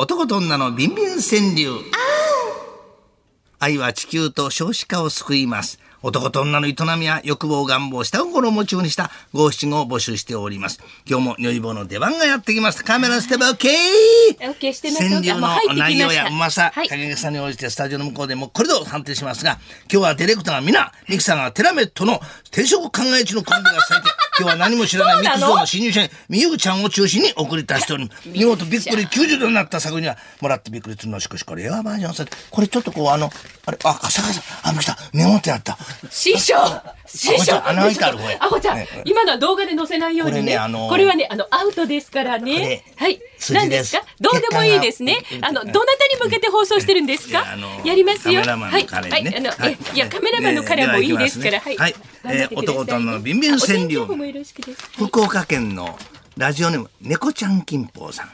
男と女のビンビン川柳。愛は地球と少子化を救います。男と女の営みや欲望願望下心をモチーフにした五七五を募集しております。今日も如意棒の出番がやってきました。カメラステップ OK してます。 川柳の内容やうまさ、影げさに応じてスタジオの向こうでもこれと判定しますが、今日はディレクターが皆ミキサーがテラメットの定食考え中のコンビが咲いて今日は何も知らないミックスゾーンの新入社員みゆちゃんを中心に送り出しており、見事びっくり90度になった作にはもらってびっくりするのしくしこれエアバージョンされて、これちょっとこうあれカサカサ来たメモってあった。 師匠穴開いてある声。 アホちゃん、今のは動画で載せないようにね。これはねアウトですからね。はい。何ですか？どうでもいいですね。どなたに向けて放送してるんですか？やりますよ。 カメラマンの彼にね。 いやカメラマンの彼もいいですから。はい。 男とのビンビン川柳。福岡県のラジオネーム猫ちゃん金峰さん。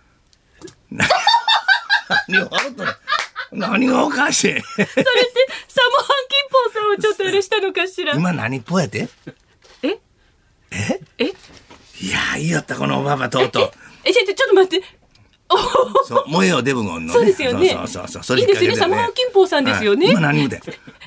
何がおかしい。それってサモハン金峰さんをちょっとあれしたのかしら。 今何っぽやて？いやいいよったこのおばばとうとう。 ちょっと待って。 そう、萌えよデブゴンのね。 そうですよね。 そういいですよね。サモハン金峰さんですよね。 今何言うて。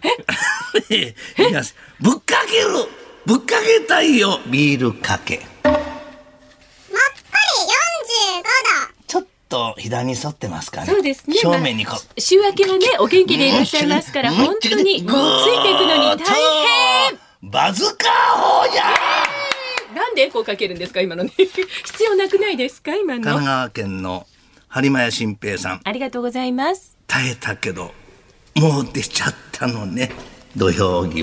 ぶっかけたいよビールかけ。 もっこり45度。 ちょっと左に沿ってますかね。 そうですね。 正面に週明けはねお元気でいらっしゃいますから本当にもうついていくのに大変。 バズカー法じゃ。 なんでエコーかけるんですか今のね。必要なくないですか今の。 神奈川県の播磨屋新平さん。 ありがとうございます。 耐えたけどもう出ちゃったのね土俵際。 びっくり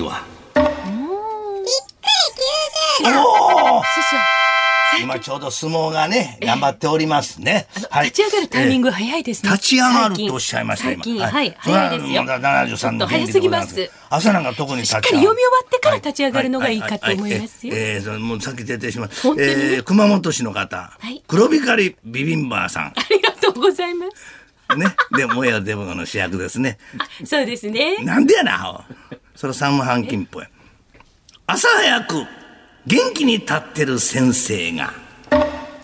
90度。 師匠。 今ちょうど相撲がね頑張っておりますね。 立ち上がるタイミング早いですね。 立ち上がるとおっしゃいました今。早いですよ。 73の早すぎます。 朝なんか特に立ち上がる。 しっかり読み終わってから立ち上がるのがいいかと思いますよ。 もうさっき出てしまう。熊本市の方、黒光りビビンバーさん。 ありがとうございます。 ね、でもやデブゴの主役ですね。 そうですね。 なんでやな。それサムハンキンポや。朝早く元気に立ってる先生が。 もっこ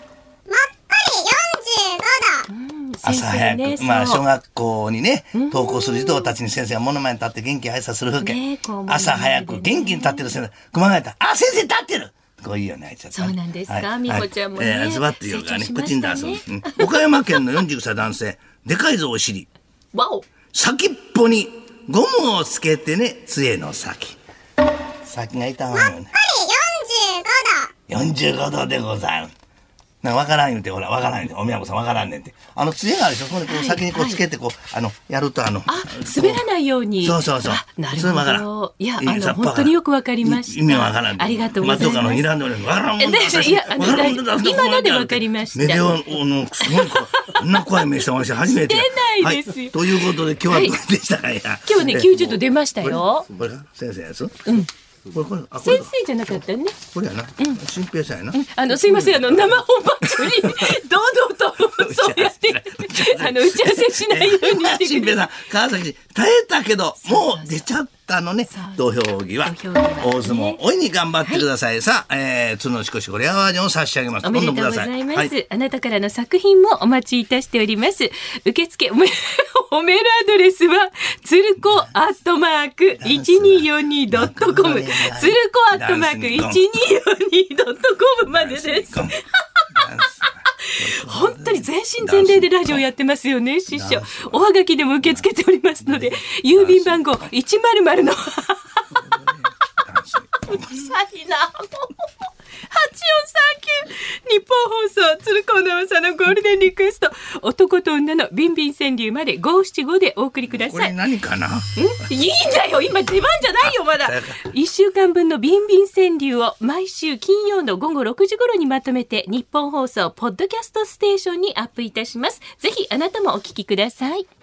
り45度。 朝早く、小学校にね登校する児童たちに先生が物前に立って元気に挨拶する風景。朝早く元気に立ってる先生。熊谷だ。先生立ってる。こういいよねあいつ。 そうなんですか。美穂ちゃんもね。 ズバッと言うからね口に出す。岡山県の40歳男性。でかいぞお尻。先っぽにゴムをつけてね杖の先。先が痛むよね。 もっこり 45度でござる。わからん言うて、ほら、わからん言うて、おみやこさんわからんねんて。杖があるでしょ、そこにこう先にこうつけて、こう、やると滑らないように。 そう。 なるほど。いや、本当によくわかりました。 意味わからん。 ありがとうございます。 松岡の睨んでおるわからんもんだ。 いや、今のでわかりました。 目で、すごい、こんな怖い目したお話初めて。 出ないですよ。 ということで、今日はどうでしたかいや。 今日ね、90度出ましたよ。 これが先生やつ？ 先生じゃなかったね。 これやな。新平さんやな。すいません、生本番中に堂々とそうやって打ち合わせしないようにしてくれ。 新平さん、川崎市耐えたけどもう出ちゃったのね。土俵際。大相撲大いに頑張ってください。さあ、角のしこしこレアバージョンを差し上げます。 おめでとうございます。あなたからの作品もお待ちいたしております。受付おメールアドレスはつるこ@1242.com。つるこ@1242.com までです。本当に全身全霊でラジオやってますよね、師匠。おはがきでも受け付けておりますので、郵便番号100のうるさいな。8439日本放送鶴子直さのゴールデンリクエスト、男と女のビンビン川柳まで575でお送りください。 これ何かな。 いいんだよ、今出番じゃないよ。まだ1週間分のビンビン川柳を毎週金曜の午後6時頃にまとめて日本放送ポッドキャストステーションにアップいたします。ぜひあなたもお聞きください。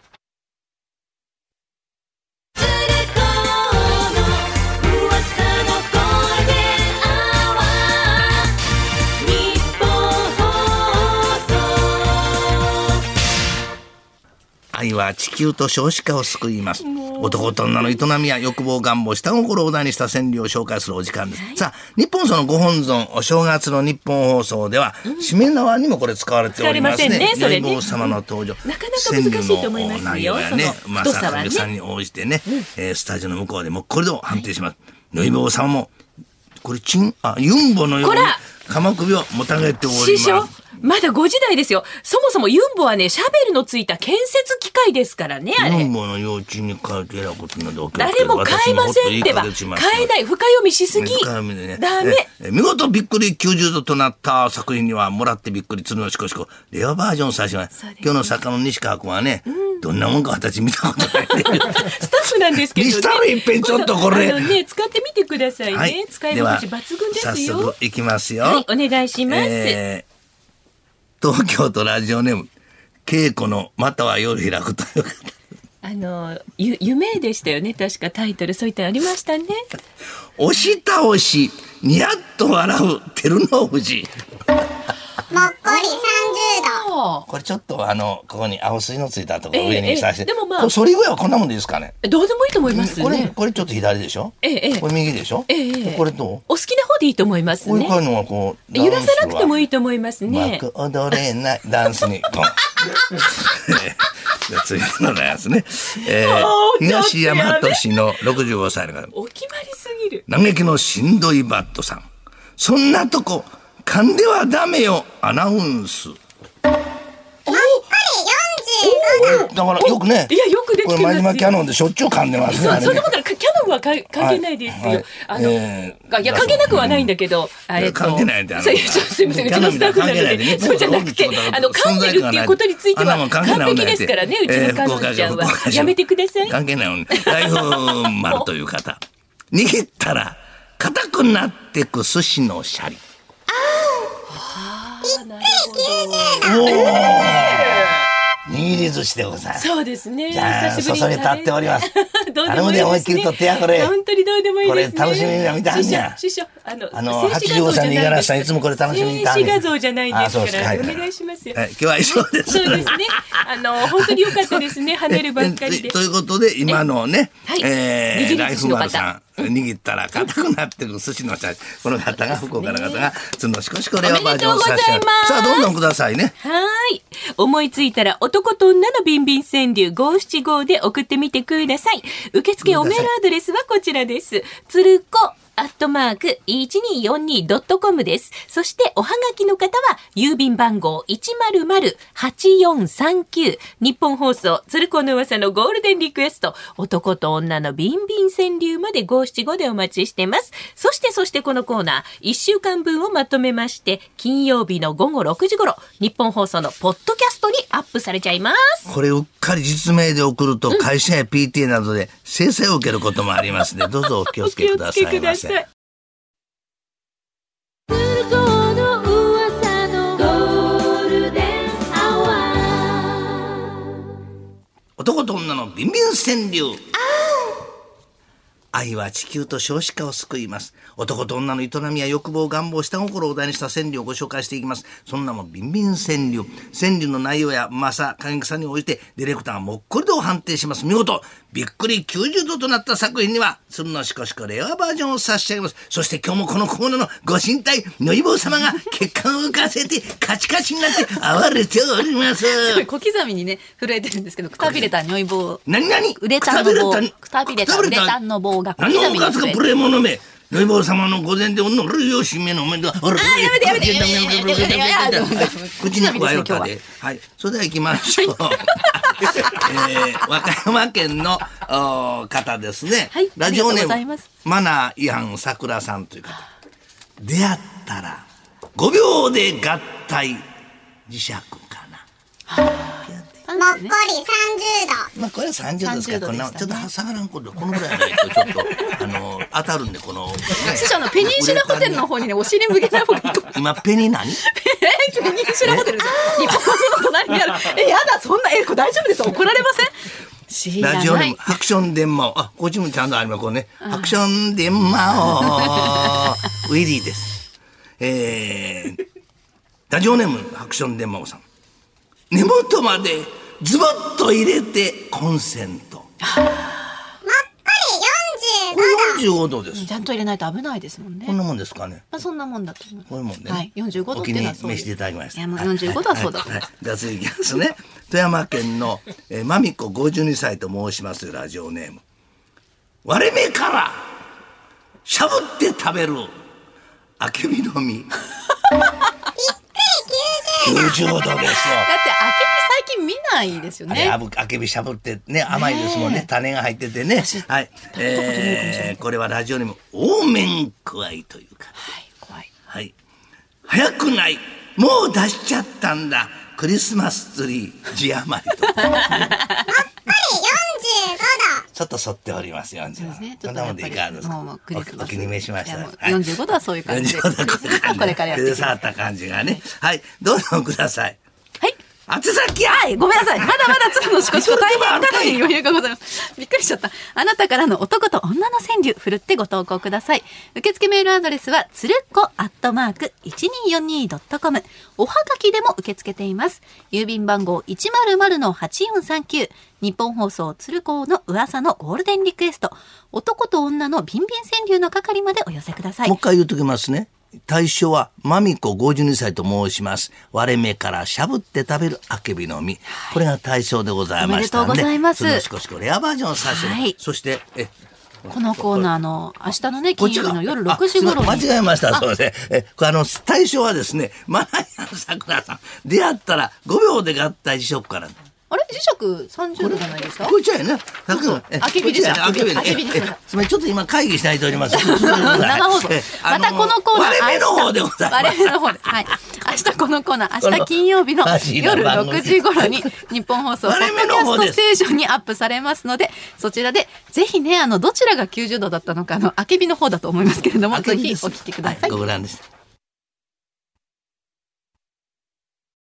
愛は地球と少子化を救います。 男と女の営みや欲望願望下心を題にした川柳を紹介するお時間です、さあ日本そのご本尊お正月の日本放送では、しめ縄にもこれ使われておりますね。如意棒様の登場、 なかなか難しいと思いますよ。 内容やね、 太さはね、 さんに応じてね、スタジオの向こうでもこれで判定します。如意棒様もこれユンボのように鎌首をもたげております。師匠まだ5時台ですよ。そもそもユンボはね、シャベルのついた建設機械ですからね、あれ。 ユンボの幼稚に変えてえらいことなんで、 誰も変えませんってば。変えない。深読みしすぎ。ダメ。 見事びっくり90度となった作品には、もらってびっくり鶴のしこしこ、レアバージョン最初は、今日の作家の西川君はね、どんなもんか形見たことない。 スタッフなんですけどね。 にしたらいっぺんちょっとこれ。 ね、使ってみてくださいね。使い心地抜群ですよ。 早速いきますよ。 はい、お願いします。 東京都ラジオネーム稽古のまたは夜開くという方、 夢でしたよね、確かタイトル。そういったありましたね。 押し倒しニヤッと笑う照ノ富士。 もっこり30度。 これちょっとここに青水のついたところ上にさして、 でもまあこれ反り具合はこんなもんでいいですかね。 どうでもいいと思いますね。 これちょっと左でしょ、これ右でしょ、これどう、 お好きな方でいいと思いますね。 こういうのはこう揺らさなくてもいいと思いますね。 うまく踊れないダンスに次のやつね、東大和市の65歳の方、 お決まりすぎる。 嘆きのしんどいバットさん、そんなとこ噛んではダメよアナウンス。だからよくね、 いやよくできてますよ。 これ真島キャノンでしょっちゅう噛んでますね。 そんなことはキャノンは関係ないですよ。いや関係なくはないんだけど、 関係ないんで、 すみません、うちのスタッフなのでそうじゃなくて、噛んでるっていうことについては完璧ですからね、うちのカノンちゃんはやめてください。 関係ないのにライフ丸という方、握ったら硬くなってく寿司のシャリ。握り寿司でございます。 そうですね。 じゃあそそり立っております。頼むで思いっきりとってやこれ。 本当にどうでもいいですね。 これ楽しみに見たんや。 師匠 85歳の五十嵐さんいつもこれ楽しみに見たんや。 静止画像じゃないですからお願いしますよ。 今日は以上です。 そうですね。本当に良かったですね。跳ねるばっかりで。 ということで今のね、ライフマルさん。握ったら硬くなってる寿司のシャリ、この方が福岡の方がつのしこしこレアバージョンさせて、さあどんどんくださいね。 はい、思いついたら男と女のビンビン川柳575で送ってみてください。受付おメールアドレスはこちらです。つるこ@1242.com です。そしておはがきの方は郵便番号 100-8439 日本放送鶴子の噂のゴールデンリクエスト男と女のビンビン川柳まで575でお待ちしてます。そしてこのコーナー1週間分をまとめまして金曜日の午後6時頃日本放送のポッドキャストにアップされちゃいます。 これうっかり実名で送ると会社や PTA などで制裁を受けることもありますのでどうぞお気をつけくださいませ。男と女のビンビン川柳。愛は地球と少子化を救います。男と女の営みや欲望願望下心を題にした川柳をご紹介していきます。そんなもんビンビン川柳。川柳の内容やまさ過激さに応じてディレクターがもっこりと判定します。見事びっくり90度となった作品には鶴のしこしこレアバージョンを差し上げます。そして今日もこのコーナーのご神体如意棒様が血管を浮かせてカチカチになって暴れております。 小刻みにね震えてるんですけど、くたびれた如意棒、 何ウレタンの棒、くたびれたウレタンの棒が小刻みに何のおかずかプレモノめ如意棒様の御前でおのるよしめのおめでとう。 やめて口に加えようたで。はい、それでは行きましょう。和歌山県の方ですね、 はい、 ラジオネームありがとうございます。 マナー違反さくらさんという方。出会ったら5秒で合体磁石かな。 もっこり30度。 まあこれは30度ですから、こんなちょっと下がらんことこのぐらいないとちょっと当たるんでこの、ね、 師匠のペニンシュラホテルの方にねお尻向けない方がいいと思う。 今ペニ何？ ペニンシュラホテルです。日本の隣にある。やだそんなこれ大丈夫です。怒られません？ ラジオネームハクション電マオ。こっちもちゃんとありますこれね。ハクション電マオウィリーです。ラジオネームハクション電マオさん。根元までズボッと入れてコンセント。 45度です。 ちゃんと入れないと危ないですもんね。 こんなもんですかね。 まあそんなもんだと思う。 こういうもんね。 はい、45度お気にっていうのはそう召していただきました。 いやもう45度はそうだと思う。 じゃあ次いきますね。富山県のまみこ52歳と申しますラジオネーム。割れ目からしゃぶって食べるあけびの実。90度ですよ。 だってあけび最近見ないですよね。 あけびしゃぶってね甘いですもんね。種が入っててね。はい。これはラジオネームオーメンクワイというか。 はい、怖い。 はい。早くない。もう出しちゃったんだ。クリスマスツリー字余りと。 45度。 ちょっと反っております45度。 ね、 そんなもんでいかがですか。お気に召しました。 45度はそういう感じで。これからやっていきます。 触った感じがね。はい、どうぞください。 はい。 宛先や。 はい、ごめんなさい。まだまだ鶴のしこしこ大変高い余裕がございます。びっくりしちゃった。あなたからの男と女の川柳、ふるってご投稿ください。受付メールアドレスは、つるこ@1242.com。おはがきでも受け付けています。郵便番号100-8439。日本放送つるこの噂のゴールデンリクエスト。男と女のビンビン川柳の係までお寄せください。 もう一回言うときますね。対象はまみこ52歳と申します。割れ目からしゃぶって食べるあけびの実、これが対象でございましたので、 おめでとうございます。 しこしこレアバージョンさせて、はい、そしてこのコーナーの明日のね金曜日の夜6時頃に間違えました。そうですね。対象はですね、マナヤンさくらさん出会ったら5秒で合体辞職から。 あれ磁石30度じゃないですか。 こっちはね。 あけびです。 あけびね。つまりちょっと今会議したいとおります。生放送。またこのコーナー。 割れ目の方でございます。 割れ目の方で。はい。明日このコーナー、明日金曜日の夜6時頃に日本放送ポッドキャストステーションにアップされますので、そちらでぜひねどちらが90度だったのかあけびの方だと思いますけれども、ぜひお聞きください。 ご覧です。